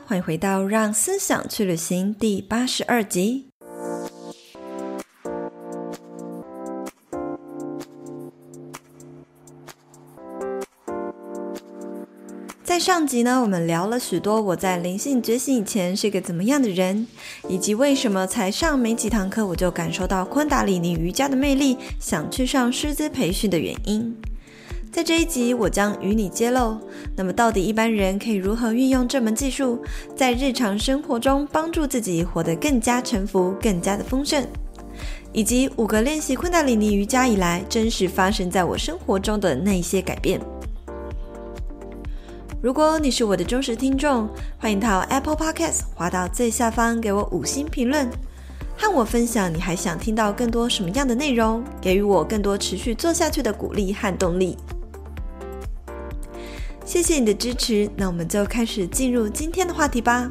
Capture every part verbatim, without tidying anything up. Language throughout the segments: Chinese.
欢迎回到让思想去旅行第八十二集。在上集呢，我们聊了许多我在灵性觉醒以前是个怎么样的人，以及为什么才上没几堂课我就感受到昆达里尼瑜伽的魅力，想去上师资培训的原因。在这一集我将与你揭露，那么到底一般人可以如何运用这门技术，在日常生活中帮助自己活得更加沉浮，更加的丰盛，以及五个练习昆达里尼瑜伽以来真实发生在我生活中的那一些改变。如果你是我的忠实听众，欢迎到 Apple Podcast 滑到最下方给我五星评论，和我分享你还想听到更多什么样的内容，给予我更多持续做下去的鼓励和动力。谢谢你的支持，那我们就开始进入今天的话题吧。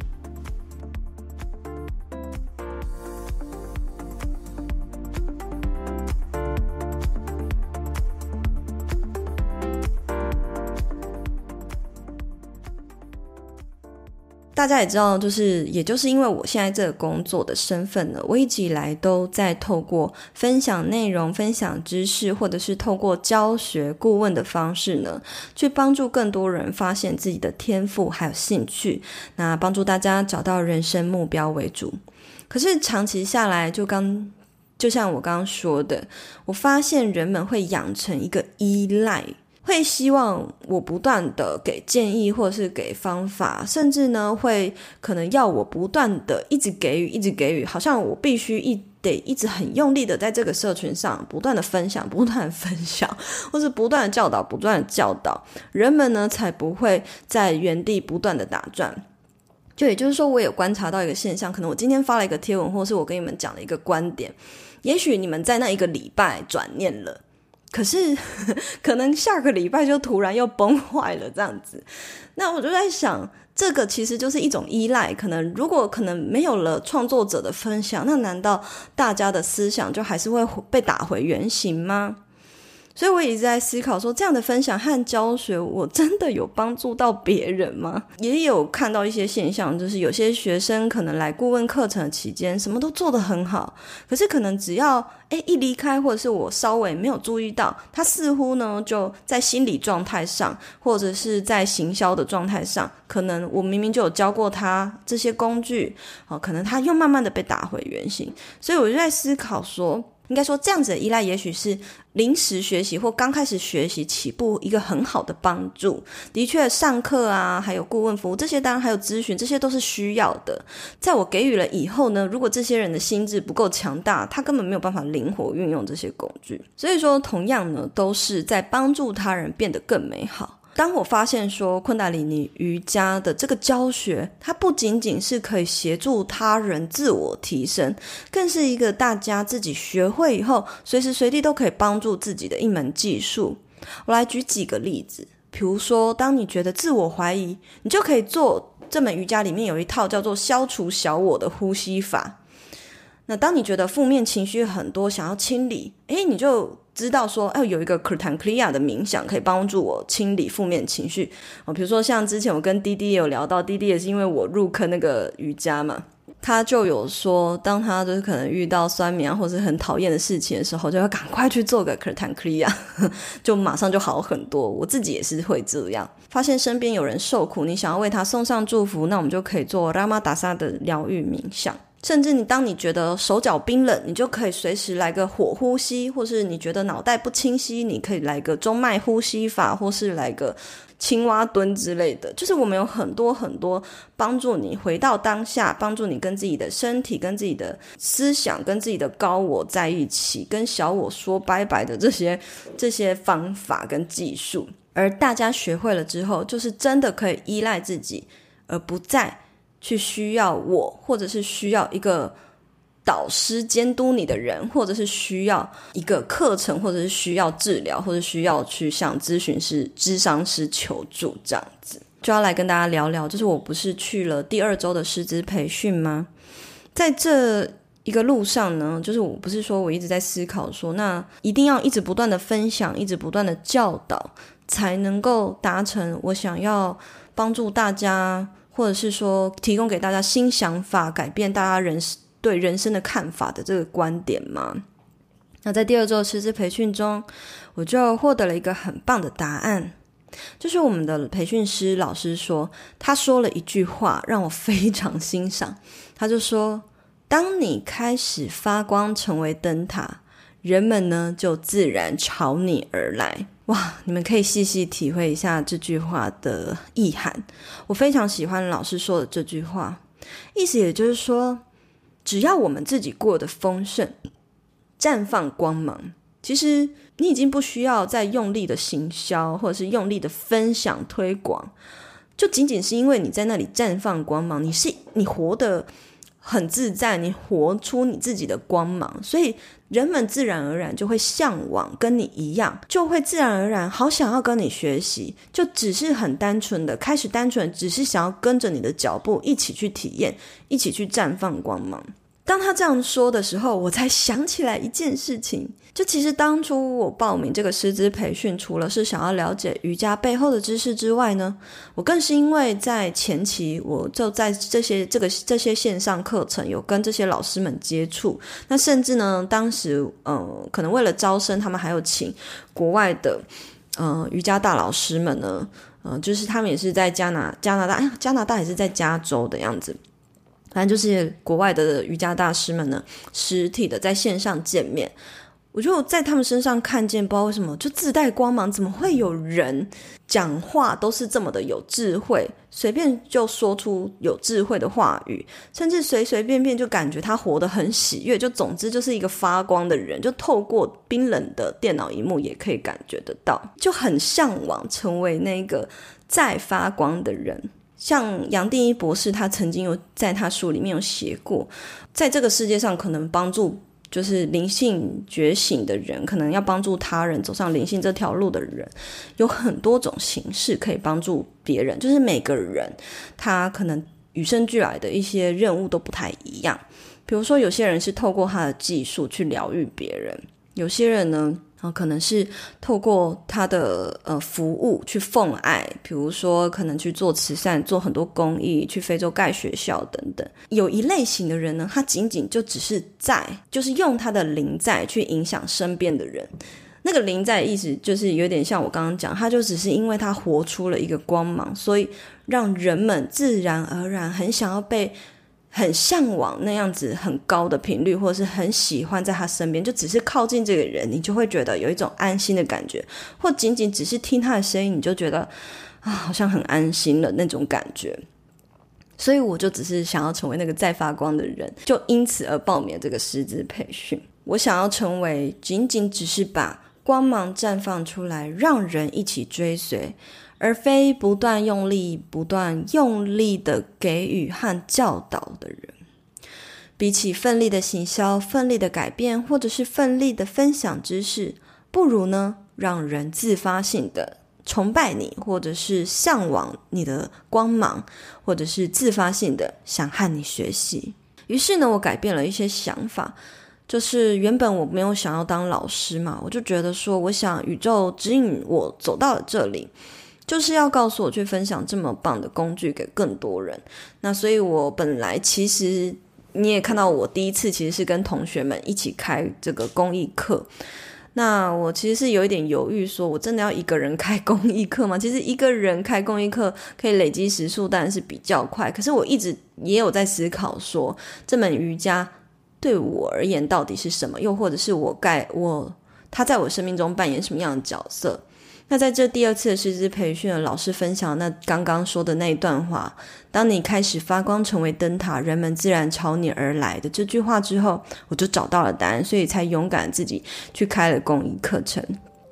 大家也知道，就是也就是因为我现在这个工作的身份呢，我一直以来都在透过分享内容、分享知识，或者是透过教学顾问的方式呢，去帮助更多人发现自己的天赋还有兴趣，那帮助大家找到人生目标为主。可是长期下来，就刚就像我刚刚说的，我发现人们会养成一个依赖，会希望我不断的给建议或者是给方法，甚至呢会可能要我不断的一直给予一直给予，好像我必须一得一直很用力的在这个社群上不断的分享不断的分享，或是不断的教导不断的教导，人们呢才不会在原地不断的打转。就也就是说，我有观察到一个现象，可能我今天发了一个贴文，或是我跟你们讲了一个观点，也许你们在那一个礼拜转念了，可是可能下个礼拜就突然又崩坏了这样子。那我就在想，这个其实就是一种依赖，可能如果可能没有了创作者的分享，那难道大家的思想就还是会被打回原形吗？所以我一直在思考说，这样的分享和教学我真的有帮助到别人吗？也有看到一些现象，就是有些学生可能来顾问课程的期间什么都做得很好，可是可能只要诶一离开，或者是我稍微没有注意到，他似乎呢就在心理状态上，或者是在行销的状态上，可能我明明就有教过他这些工具，哦，可能他又慢慢的被打回原形。所以我就在思考说，应该说这样子的依赖也许是临时学习或刚开始学习起步一个很好的帮助。的确上课啊，还有顾问服务，这些当然还有咨询，这些都是需要的。在我给予了以后呢，如果这些人的心智不够强大，他根本没有办法灵活运用这些工具。所以说同样呢，都是在帮助他人变得更美好。当我发现说昆达里尼瑜伽的这个教学，它不仅仅是可以协助他人自我提升，更是一个大家自己学会以后随时随地都可以帮助自己的一门技术。我来举几个例子，比如说当你觉得自我怀疑，你就可以做这门瑜伽里面有一套叫做消除小我的呼吸法。那当你觉得负面情绪很多想要清理，诶，你就知道说，哎，有一个 Kirtan Kriya 的冥想可以帮助我清理负面情绪。哦，比如说像之前我跟滴滴也有聊到，滴滴也是因为我入坑那个瑜伽嘛，他就有说，当他就是可能遇到酸民啊，或是很讨厌的事情的时候，就要赶快去做个 Kirtan Kriya， 就马上就好很多。我自己也是会这样，发现身边有人受苦，你想要为他送上祝福，那我们就可以做 Ramadasa 的疗愈冥想。甚至你当你觉得手脚冰冷，你就可以随时来个火呼吸，或是你觉得脑袋不清晰，你可以来个中脉呼吸法，或是来个青蛙蹲之类的。就是我们有很多很多帮助你回到当下，帮助你跟自己的身体跟自己的思想跟自己的高我在一起，跟小我说拜拜的这些这些方法跟技术。而大家学会了之后，就是真的可以依赖自己，而不再去需要我，或者是需要一个导师监督你的人，或者是需要一个课程，或者是需要治疗，或者需要去向咨询师、諮商师求助，这样子。就要来跟大家聊聊，就是我不是去了第二周的师资培训吗？在这一个路上呢，就是我不是说我一直在思考说，那一定要一直不断的分享，一直不断的教导，才能够达成我想要帮助大家或者是说提供给大家新想法，改变大家人对人生的看法的这个观点吗？那在第二周师资培训中，我就获得了一个很棒的答案，就是我们的培训师老师说，他说了一句话让我非常欣赏，他就说，当你开始发光成为灯塔，人们呢就自然朝你而来。哇，你们可以细细体会一下这句话的意涵。我非常喜欢老师说的这句话，意思也就是说，只要我们自己过得丰盛，绽放光芒，其实你已经不需要再用力的行销，或者是用力的分享推广，就仅仅是因为你在那里绽放光芒，你是你活得很自在，你活出你自己的光芒，所以人们自然而然就会向往跟你一样，就会自然而然好想要跟你学习，就只是很单纯的开始单纯只是想要跟着你的脚步一起去体验，一起去绽放光芒。当他这样说的时候，我才想起来一件事情，就其实当初我报名这个师资培训，除了是想要了解瑜伽背后的知识之外呢，我更是因为在前期我就在这些这个这些线上课程有跟这些老师们接触，那甚至呢当时呃可能为了招生，他们还有请国外的呃瑜伽大老师们呢，呃就是他们也是在加拿加拿大，哎呀加拿大也是在加州的样子。反正就是国外的瑜伽大师们呢，实体的在线上见面，我就在他们身上看见，不知道为什么就自带光芒，怎么会有人讲话都是这么的有智慧，随便就说出有智慧的话语，甚至随随便便就感觉他活得很喜悦，就总之就是一个发光的人，就透过冰冷的电脑萤幕也可以感觉得到，就很向往成为那个在发光的人。像杨定一博士，他曾经有在他书里面有写过，在这个世界上可能帮助就是灵性觉醒的人，可能要帮助他人走上灵性这条路的人，有很多种形式可以帮助别人，就是每个人他可能与生俱来的一些任务都不太一样。比如说有些人是透过他的技术去疗愈别人，有些人呢然后可能是透过他的呃服务去奉爱，比如说可能去做慈善，做很多公益，去非洲盖学校等等。有一类型的人呢，他仅仅就只是在就是用他的灵在去影响身边的人。那个灵在的意思就是有点像我刚刚讲，他就只是因为他活出了一个光芒，所以让人们自然而然很想要被很向往那样子很高的频率，或者是很喜欢在他身边，就只是靠近这个人，你就会觉得有一种安心的感觉，或仅仅只是听他的声音，你就觉得啊，好像很安心了那种感觉。所以我就只是想要成为那个在发光的人，就因此而报名这个师资培训。我想要成为仅仅只是把光芒绽放出来，让人一起追随，而非不断用力不断用力的给予和教导的人。比起奋力的行销，奋力的改变，或者是奋力的分享知识，不如呢让人自发性的崇拜你，或者是向往你的光芒，或者是自发性的想和你学习。于是呢我改变了一些想法，就是原本我没有想要当老师嘛，我就觉得说我想宇宙指引我走到了这里，就是要告诉我去分享这么棒的工具给更多人。那所以我本来其实你也看到我第一次其实是跟同学们一起开这个公益课，那我其实是有一点犹豫，说我真的要一个人开公益课吗？其实一个人开公益课可以累积时数当然是比较快，可是我一直也有在思考说这门瑜伽对我而言到底是什么，又或者是我该我他在我生命中扮演什么样的角色。那在这第二次的师资培训的老师分享那刚刚说的那一段话，当你开始发光成为灯塔，人们自然朝你而来的这句话之后，我就找到了答案，所以才勇敢自己去开了公益课程。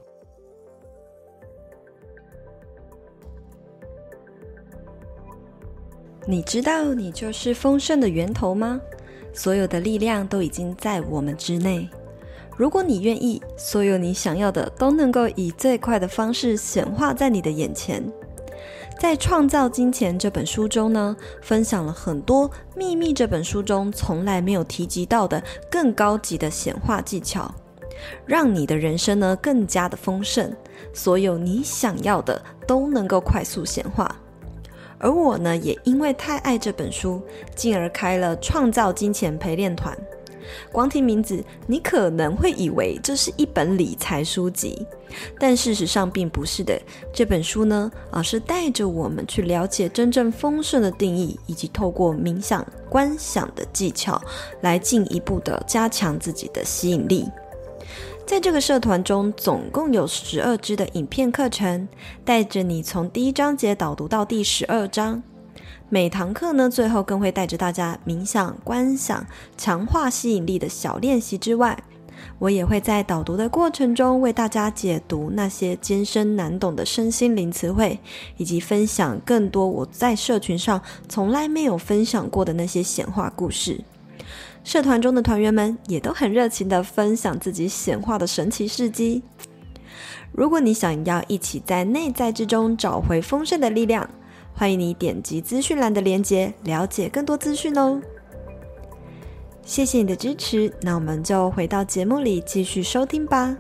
你知道你就是丰盛的源头吗？所有的力量都已经在我们之内。如果你愿意，所有你想要的都能够以最快的方式显化在你的眼前。在《创造金钱》这本书中呢，分享了很多秘密这本书中从来没有提及到的更高级的显化技巧，让你的人生呢更加的丰盛，所有你想要的都能够快速显化。 而我呢，也因为太爱这本书，进而开了创造金钱陪练团。光听名字，你可能会以为这是一本理财书籍，但事实上并不是的。这本书呢，啊，是带着我们去了解真正丰盛的定义，以及透过冥想、观想的技巧，来进一步的加强自己的吸引力。在这个社团中，总共有十二支的影片课程，带着你从第一章节导读到第十二章。每堂课呢，最后更会带着大家冥想、观想、强化吸引力的小练习之外，我也会在导读的过程中为大家解读那些艰深难懂的身心灵词汇，以及分享更多我在社群上从来没有分享过的那些显化故事。社团中的团员们也都很热情地分享自己显化的神奇事迹。如果你想要一起在内在之中找回丰盛的力量，欢迎你点击资讯栏的连结，了解更多资讯哦。谢谢你的支持，那我们就回到节目里继续收听吧。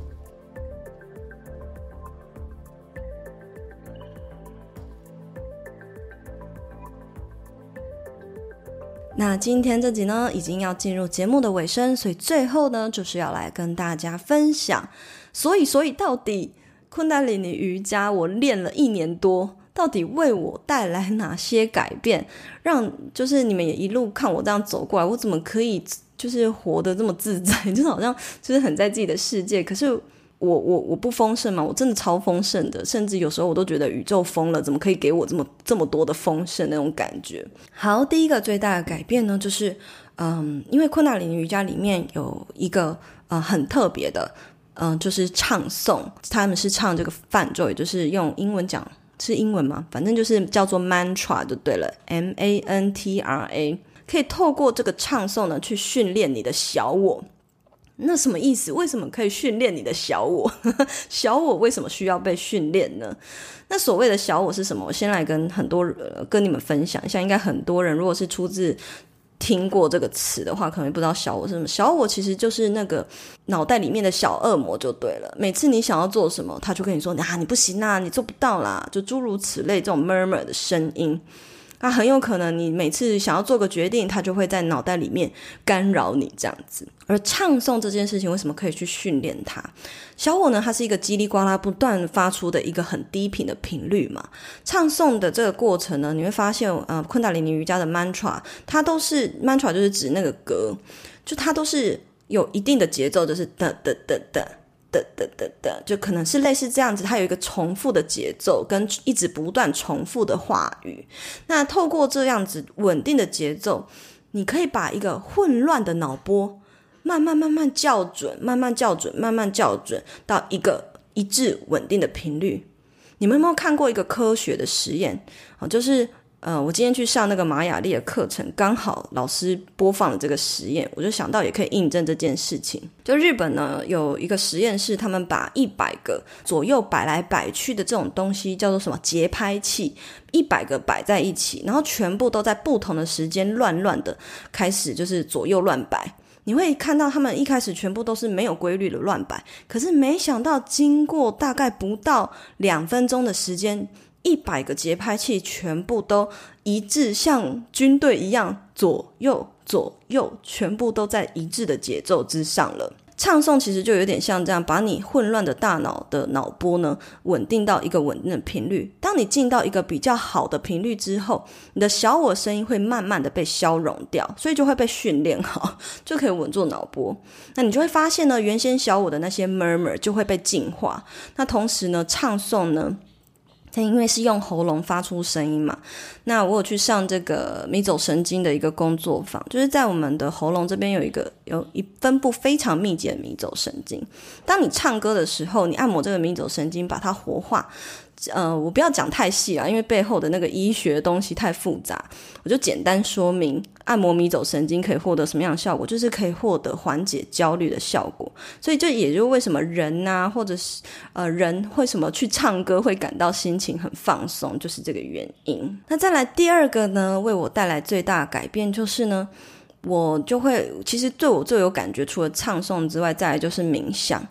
那今天这集呢，已经要进入节目的尾声，所以最后呢，就是要来跟大家分享。所以，所以到底昆达里尼瑜伽我练了一年多，到底为我带来哪些改变？让就是你们也一路看我这样走过来，我怎么可以就是活得这么自在？就是好像就是很在自己的世界，可是我我我不丰盛嘛，我真的超丰盛的，甚至有时候我都觉得宇宙疯了，怎么可以给我这么这么多的丰盛那种感觉。好，第一个最大的改变呢，就是嗯，因为昆达里尼瑜伽里面有一个呃很特别的，嗯、呃，就是唱诵，他们是唱这个梵咒，也就是用英文讲，是英文吗？反正就是叫做 mantra 就对了 ，M A N T R A， 可以透过这个唱诵呢去训练你的小我。那什么意思？为什么可以训练你的小我？小我为什么需要被训练呢？那所谓的小我是什么？我先来跟很多人、呃、跟你们分享一下。应该很多人如果是出自听过这个词的话，可能不知道小我是什么。小我其实就是那个脑袋里面的小恶魔就对了。每次你想要做什么，他就跟你说啊，你不行啊，你做不到啦，就诸如此类这种 murmur 的声音。那很有可能你每次想要做个决定，他就会在脑袋里面干扰你这样子。而唱诵这件事情为什么可以去训练它？小我呢，它是一个叽里呱啦不断发出的一个很低频的频率嘛。唱诵的这个过程呢，你会发现呃，昆达里尼瑜伽的 mantra， 它都是 mantra 就是指那个格，就它都是有一定的节奏，就是的的的的的的的的，就可能是类似这样子，它有一个重复的节奏跟一直不断重复的话语。那透过这样子稳定的节奏，你可以把一个混乱的脑波慢慢慢慢校准，慢慢校准，慢慢校准到一个一致稳定的频率。你们有没有看过一个科学的实验？就是呃，我今天去上那个玛雅历的课程，刚好老师播放了这个实验，我就想到也可以印证这件事情。就日本呢有一个实验室，他们把一百个左右摆来摆去的这种东西叫做什么节拍器，一百个摆在一起，然后全部都在不同的时间乱乱的开始就是左右乱摆。你会看到他们一开始全部都是没有规律的乱摆，可是没想到经过大概不到两分钟的时间，一百个节拍器全部都一致，像军队一样左右左右，全部都在一致的节奏之上了。唱诵其实就有点像这样，把你混乱的大脑的脑波呢稳定到一个稳定的频率。当你进到一个比较好的频率之后，你的小我声音会慢慢的被消融掉，所以就会被训练好，就可以稳住脑波。那你就会发现呢，原先小我的那些 murmur 就会被净化。那同时呢，唱诵呢它因为是用喉咙发出声音嘛，那我有去上这个迷走神经的一个工作坊，就是在我们的喉咙这边有一个有一分布非常密集的迷走神经。当你唱歌的时候，你按摩这个迷走神经，把它活化。呃，我不要讲太细啦，因为背后的那个医学的东西太复杂，我就简单说明按摩迷走神经可以获得什么样的效果，就是可以获得缓解焦虑的效果。所以这也就是为什么人啊，或者是呃人为什么去唱歌会感到心情很放松，就是这个原因。那再来第二个呢，为我带来最大的改变就是呢，我就会其实对我最有感觉，除了唱诵之外，再来就是冥想。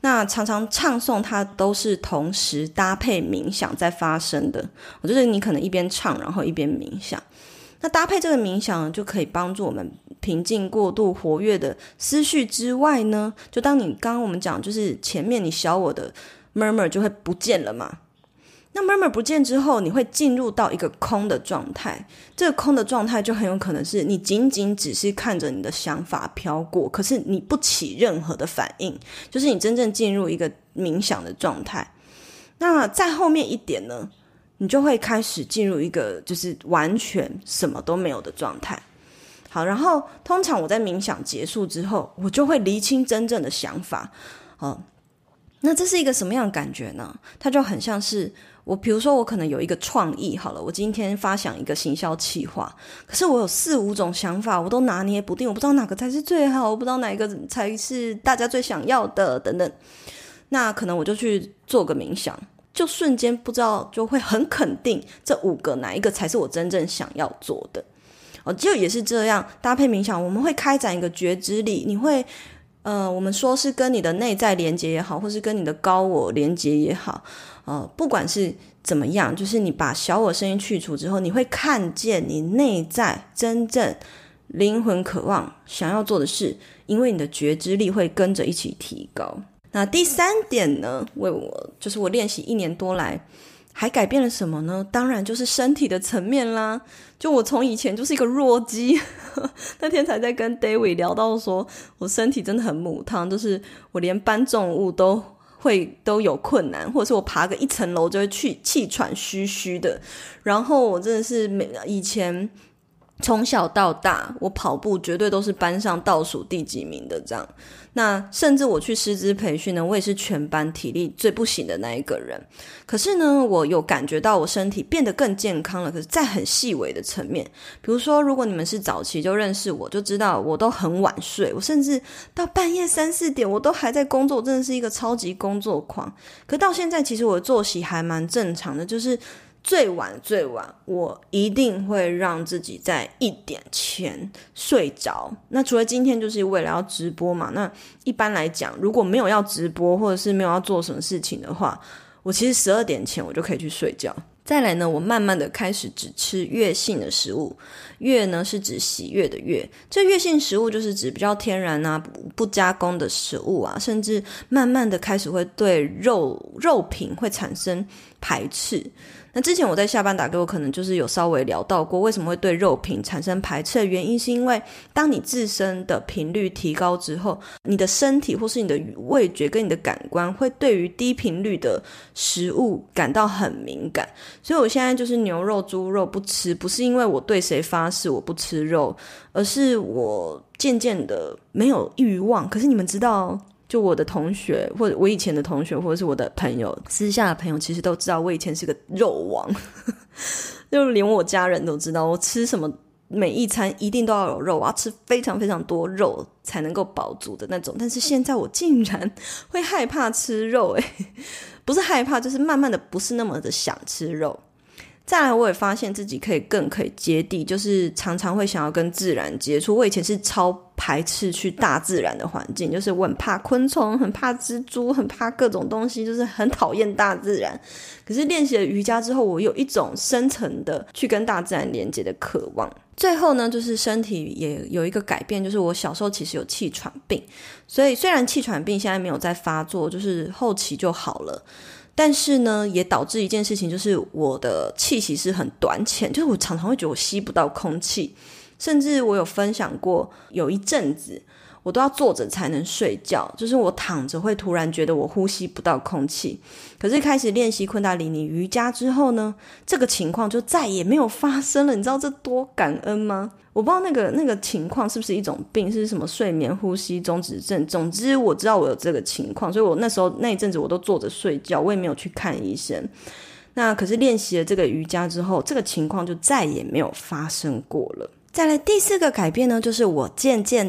那常常唱诵它都是同时搭配冥想在发生的，就是你可能一边唱然后一边冥想。那搭配这个冥想就可以帮助我们平静过度活跃的思绪之外呢，就当你刚刚我们讲就是前面你小我的 murmur 就会不见了嘛，那 murmur 不见之后，你会进入到一个空的状态，这个空的状态就很有可能是你仅仅只是看着你的想法飘过，可是你不起任何的反应，就是你真正进入一个冥想的状态。那在后面一点呢，你就会开始进入一个就是完全什么都没有的状态。好，然后通常我在冥想结束之后，我就会厘清真正的想法。哦，那这是一个什么样的感觉呢？它就很像是我比如说我可能有一个创意，好了，我今天发想一个行销企划，可是我有四五种想法，我都拿捏不定，我不知道哪个才是最好，我不知道哪一个才是大家最想要的等等。那可能我就去做个冥想，就瞬间不知道，就会很肯定这五个哪一个才是我真正想要做的。哦，就也是这样搭配冥想，我们会开展一个觉知力，你会呃，我们说是跟你的内在连结也好，或是跟你的高我连结也好，呃，不管是怎么样，就是你把小我声音去除之后，你会看见你内在真正灵魂渴望想要做的事，因为你的觉知力会跟着一起提高。那第三点呢，为我就是我练习一年多来还改变了什么呢？当然就是身体的层面啦。就我从以前就是一个弱鸡那天才在跟 David 聊到说我身体真的很母汤，就是我连搬重物都会都有困难，或者是我爬个一层楼就会去气喘吁吁的。然后我真的是以前从小到大我跑步绝对都是班上倒数第几名的这样。那甚至我去师资培训呢，我也是全班体力最不行的那一个人。可是呢，我有感觉到我身体变得更健康了，可是在很细微的层面，比如说如果你们是早期就认识我，就知道我都很晚睡，我甚至到半夜三四点我都还在工作，真的是一个超级工作狂。可到现在其实我的作息还蛮正常的，就是最晚最晚我一定会让自己在一点前睡着。那除了今天就是为了要直播嘛，那一般来讲如果没有要直播或者是没有要做什么事情的话，我其实十二点前我就可以去睡觉。再来呢，我慢慢的开始只吃悦性的食物，悦呢是指喜悦的悦，这悦性食物就是指比较天然啊不加工的食物啊，甚至慢慢的开始会对肉肉品会产生排斥。那之前我在下班打给我可能就是有稍微聊到过为什么会对肉品产生排斥的原因，是因为当你自身的频率提高之后，你的身体或是你的味觉跟你的感官会对于低频率的食物感到很敏感。所以我现在就是牛肉猪肉不吃，不是因为我对谁发誓我不吃肉，而是我渐渐的没有欲望。可是你们知道就我的同学或者我以前的同学或者是我的朋友，私下的朋友其实都知道我以前是个肉王就连我家人都知道我吃什么每一餐一定都要有肉，我要吃非常非常多肉才能够饱足的那种。但是现在我竟然会害怕吃肉诶，不是害怕，就是慢慢的不是那么的想吃肉。再来我也发现自己可以更可以接地，就是常常会想要跟自然接触。我以前是超排斥去大自然的环境，就是我很怕昆虫，很怕蜘蛛，很怕各种东西，就是很讨厌大自然。可是练习了瑜伽之后，我有一种深层的去跟大自然连接的渴望。最后呢，就是身体也有一个改变，就是我小时候其实有气喘病，所以虽然气喘病现在没有在发作，就是后期就好了，但是呢也导致一件事情，就是我的气息是很短浅，就是我常常会觉得我吸不到空气。甚至我有分享过有一阵子我都要坐着才能睡觉，就是我躺着会突然觉得我呼吸不到空气。可是开始练习昆达里尼瑜伽之后呢，这个情况就再也没有发生了。你知道这多感恩吗？我不知道那个那个情况是不是一种病，是什么睡眠呼吸中止症，总之我知道我有这个情况，所以我那时候那一阵子我都坐着睡觉，我也没有去看医生。那可是练习了这个瑜伽之后，这个情况就再也没有发生过了。再来第四个改变呢，就是我渐渐的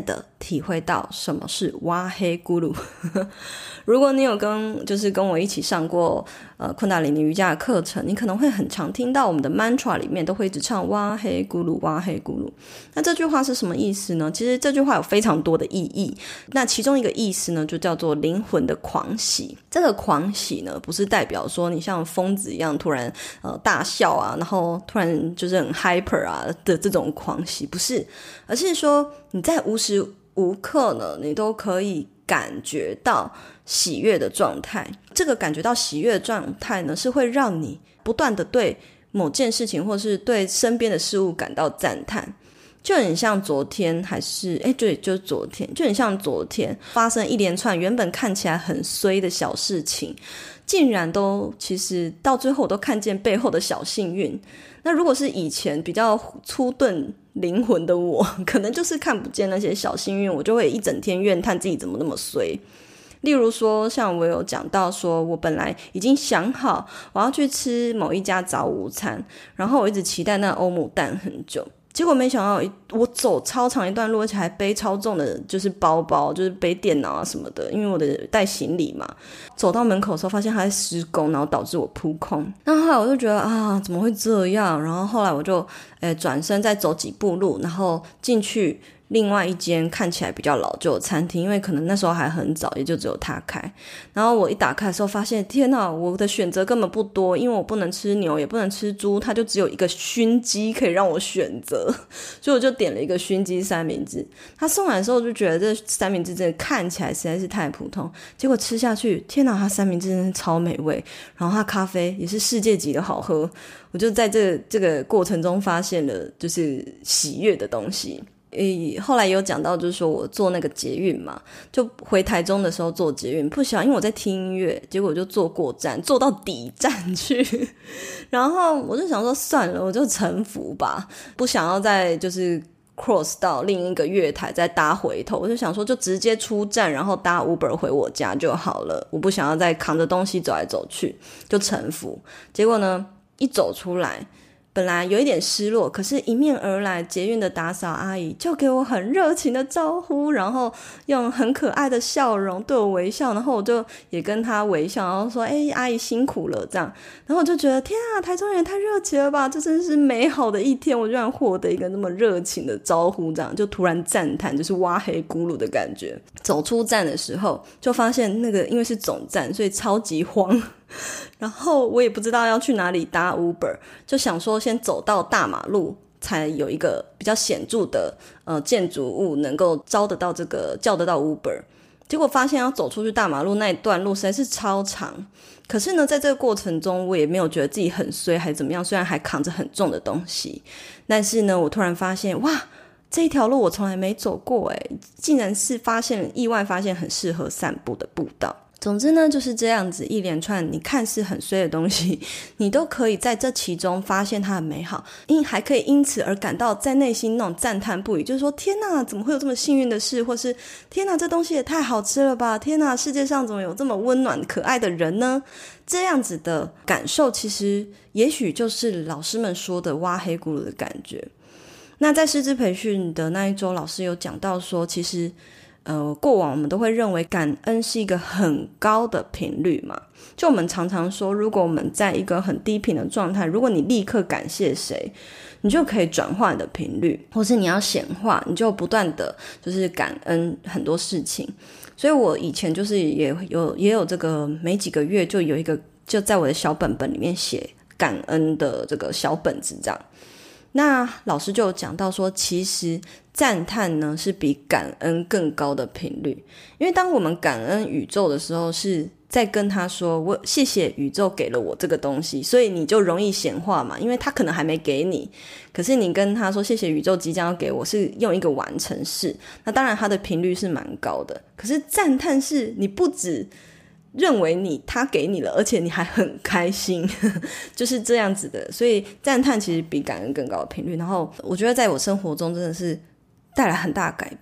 体会到什么是哇嘿咕噜。如果你有跟就是跟我一起上过呃昆达里尼瑜伽的课程，你可能会很常听到我们的 mantra 里面都会一直唱哇嘿咕噜哇嘿咕噜。那这句话是什么意思呢？其实这句话有非常多的意义，那其中一个意思呢就叫做灵魂的狂喜。这个狂喜呢不是代表说你像疯子一样突然呃大笑啊，然后突然就是很 hyper 啊的这种狂喜，不是，而是说你在无时无刻呢你都可以感觉到喜悦的状态。这个感觉到喜悦的状态呢是会让你不断的对某件事情或是对身边的事物感到赞叹。就很像昨天还是诶对，就是昨天就很像昨天发生一连串原本看起来很衰的小事情，竟然都其实到最后我都看见背后的小幸运。那如果是以前比较粗钝灵魂的我，可能就是看不见那些小幸运，我就会一整天怨叹自己怎么那么衰。例如说像我有讲到说我本来已经想好我要去吃某一家早午餐，然后我一直期待那欧姆蛋很久，结果没想到我走超长一段路，而且还背超重的就是包包，就是背电脑啊什么的，因为我的带行李嘛。走到门口的时候发现它在施工，然后导致我扑空。那后来我就觉得啊怎么会这样，然后后来我就诶转身再走几步路，然后进去另外一间看起来比较老旧的餐厅，因为可能那时候还很早，也就只有他开。然后我一打开的时候发现天哪，我的选择根本不多，因为我不能吃牛也不能吃猪，它就只有一个熏鸡可以让我选择，所以我就点了一个熏鸡三明治。他送来的时候我就觉得这三明治真的看起来实在是太普通，结果吃下去天哪，他三明治真的超美味，然后他咖啡也是世界级的好喝。我就在这个这个过程中发现了就是喜悦的东西。诶，后来有讲到就是说我坐那个捷运嘛，就回台中的时候坐捷运，不想因为我在听音乐，结果我就坐过站，坐到底站去然后我就想说算了，我就臣服吧，不想要再就是 cross 到另一个月台再搭回头，我就想说就直接出站然后搭 Uber 回我家就好了，我不想要再扛着东西走来走去，就臣服。结果呢一走出来本来有一点失落，可是迎面而来捷运的打扫阿姨就给我很热情的招呼，然后用很可爱的笑容对我微笑，然后我就也跟她微笑，然后说诶阿姨辛苦了这样。然后我就觉得天啊，台中人也太热情了吧，这真是美好的一天，我居然获得一个那么热情的招呼，这样就突然赞叹，就是哇嘿咕噜的感觉。走出站的时候就发现那个因为是总站所以超级荒，然后我也不知道要去哪里搭 Uber， 就想说先走到大马路才有一个比较显著的呃建筑物能够招得到这个叫得到 Uber。 结果发现要走出去大马路那一段路实在是超长，可是呢在这个过程中我也没有觉得自己很衰还怎么样，虽然还扛着很重的东西，但是呢我突然发现哇这一条路我从来没走过诶，竟然是发现意外发现很适合散步的步道。总之呢就是这样子一连串你看似很衰的东西，你都可以在这其中发现它的美好，因还可以因此而感到在内心那种赞叹不已，就是说天哪怎么会有这么幸运的事，或是天哪这东西也太好吃了吧，天哪世界上怎么有这么温暖可爱的人呢。这样子的感受其实也许就是老师们说的挖黑咕噜的感觉。那在师资培训的那一周老师有讲到说其实呃，过往我们都会认为感恩是一个很高的频率嘛，就我们常常说如果我们在一个很低频的状态，如果你立刻感谢谁，你就可以转换你的频率，或是你要显化，你就不断的就是感恩很多事情。所以我以前就是也有也有这个每几个月就有一个就在我的小本本里面写感恩的这个小本子这样。那老师就有讲到说其实赞叹呢是比感恩更高的频率，因为当我们感恩宇宙的时候是在跟他说我谢谢宇宙给了我这个东西，所以你就容易显化嘛，因为他可能还没给你，可是你跟他说谢谢宇宙即将要给我，是用一个完成式，那当然它的频率是蛮高的。可是赞叹是你不止认为你他给你了，而且你还很开心就是这样子的，所以赞叹其实比感恩更高的频率。然后我觉得在我生活中真的是带来很大的改变。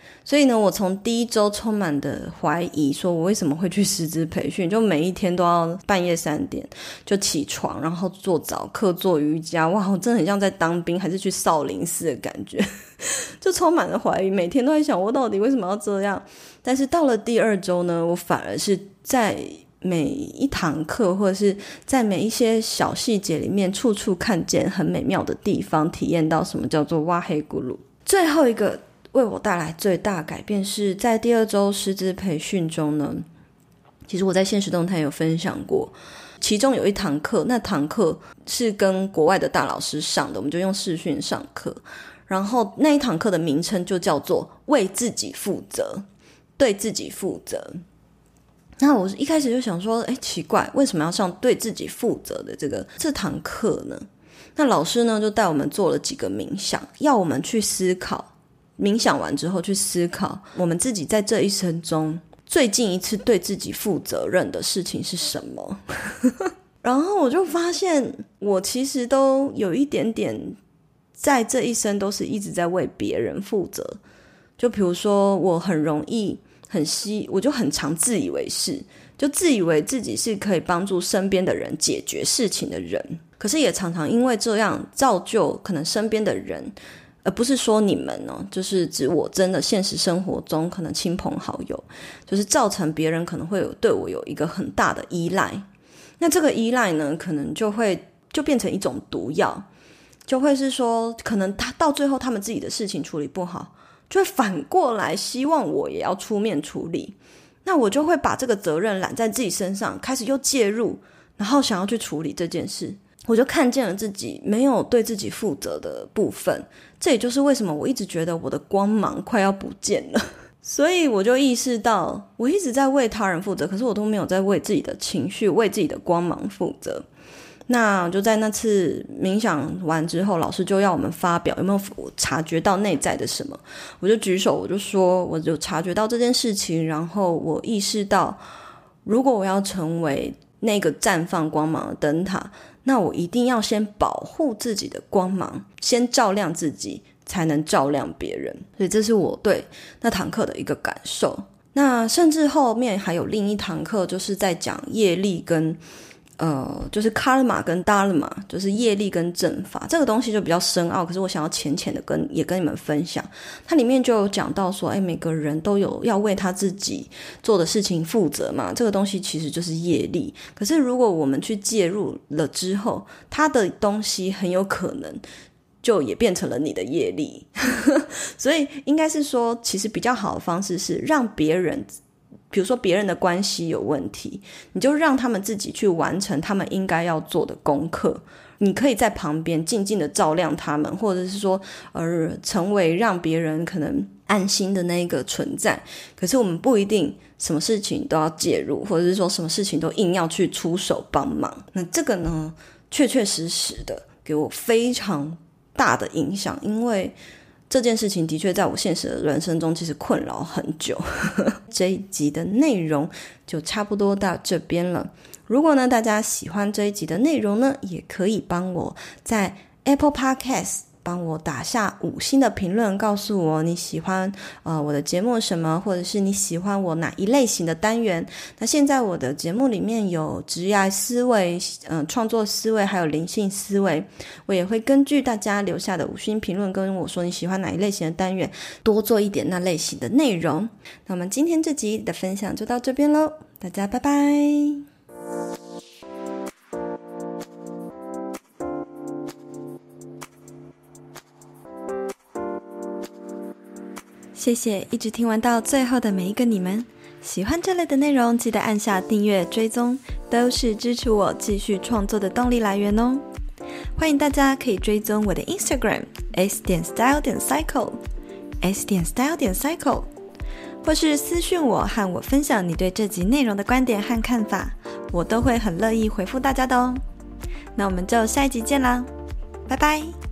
所以呢，我从第一周充满的怀疑，说我为什么会去师资培训，就每一天都要半夜三点就起床，然后做早课、做瑜伽，哇，我真的很像在当兵还是去少林寺的感觉，就充满了怀疑，每天都在想我到底为什么要这样。但是到了第二周呢，我反而是在每一堂课或者是在每一些小细节里面处处看见很美妙的地方，体验到什么叫做哇嘿咕噜。最后一个为我带来最大改变是在第二周师资培训中呢，其实我在现实动态有分享过，其中有一堂课，那堂课是跟国外的大老师上的，我们就用视讯上课，然后那一堂课的名称就叫做为自己负责，对自己负责。那我一开始就想说，哎，奇怪，为什么要上对自己负责的这个这堂课呢？那老师呢就带我们做了几个冥想，要我们去思考，冥想完之后去思考我们自己在这一生中最近一次对自己负责任的事情是什么。然后我就发现我其实都有一点点在这一生都是一直在为别人负责。就比如说我很容易很稀我就很常自以为是，就自以为自己是可以帮助身边的人解决事情的人，可是也常常因为这样造就可能身边的人，而不是说你们哦，就是指我真的现实生活中可能亲朋好友，就是造成别人可能会有对我有一个很大的依赖。那这个依赖呢，可能就会就变成一种毒药，就会是说可能他到最后他们自己的事情处理不好，就会反过来希望我也要出面处理，那我就会把这个责任揽在自己身上，开始又介入，然后想要去处理这件事，我就看见了自己没有对自己负责的部分。这也就是为什么我一直觉得我的光芒快要不见了，所以我就意识到我一直在为他人负责，可是我都没有在为自己的情绪为自己的光芒负责。那就在那次冥想完之后，老师就要我们发表有没有察觉到内在的什么，我就举手，我就说我就察觉到这件事情，然后我意识到如果我要成为那个绽放光芒的灯塔，那我一定要先保护自己的光芒，先照亮自己才能照亮别人。所以这是我对那堂课的一个感受。那甚至后面还有另一堂课，就是在讲业力跟呃，就是 karma 跟 dharma， 就是业力跟正法，这个东西就比较深奥，可是我想要浅浅的跟也跟你们分享。它里面就有讲到说，哎，每个人都有要为他自己做的事情负责嘛，这个东西其实就是业力。可是如果我们去介入了之后，它的东西很有可能就也变成了你的业力。所以应该是说，其实比较好的方式是让别人，比如说别人的关系有问题，你就让他们自己去完成他们应该要做的功课，你可以在旁边静静的照亮他们，或者是说呃，成为让别人可能安心的那个存在。可是我们不一定什么事情都要介入，或者是说什么事情都硬要去出手帮忙。那这个呢，确确实实的给我非常大的影响，因为这件事情的确在我现实的人生中其实困扰很久。这一集的内容就差不多到这边了。如果呢大家喜欢这一集的内容呢，也可以帮我在 Apple Podcast 帮我打下五星的评论，告诉我你喜欢呃我的节目什么，或者是你喜欢我哪一类型的单元。那现在我的节目里面有职业思维、呃、创作思维还有灵性思维，我也会根据大家留下的五星评论跟我说你喜欢哪一类型的单元，多做一点那类型的内容。那我们今天这集的分享就到这边咯，大家拜拜。谢谢一直听完到最后的每一个你们，喜欢这类的内容记得按下订阅追踪，都是支持我继续创作的动力来源哦。欢迎大家可以追踪我的 Instagram s 点 style 点 cycle s 点 style 点 cycle， 或是私讯我和我分享你对这集内容的观点和看法，我都会很乐意回复大家的哦。那我们就下一集见啦，拜拜。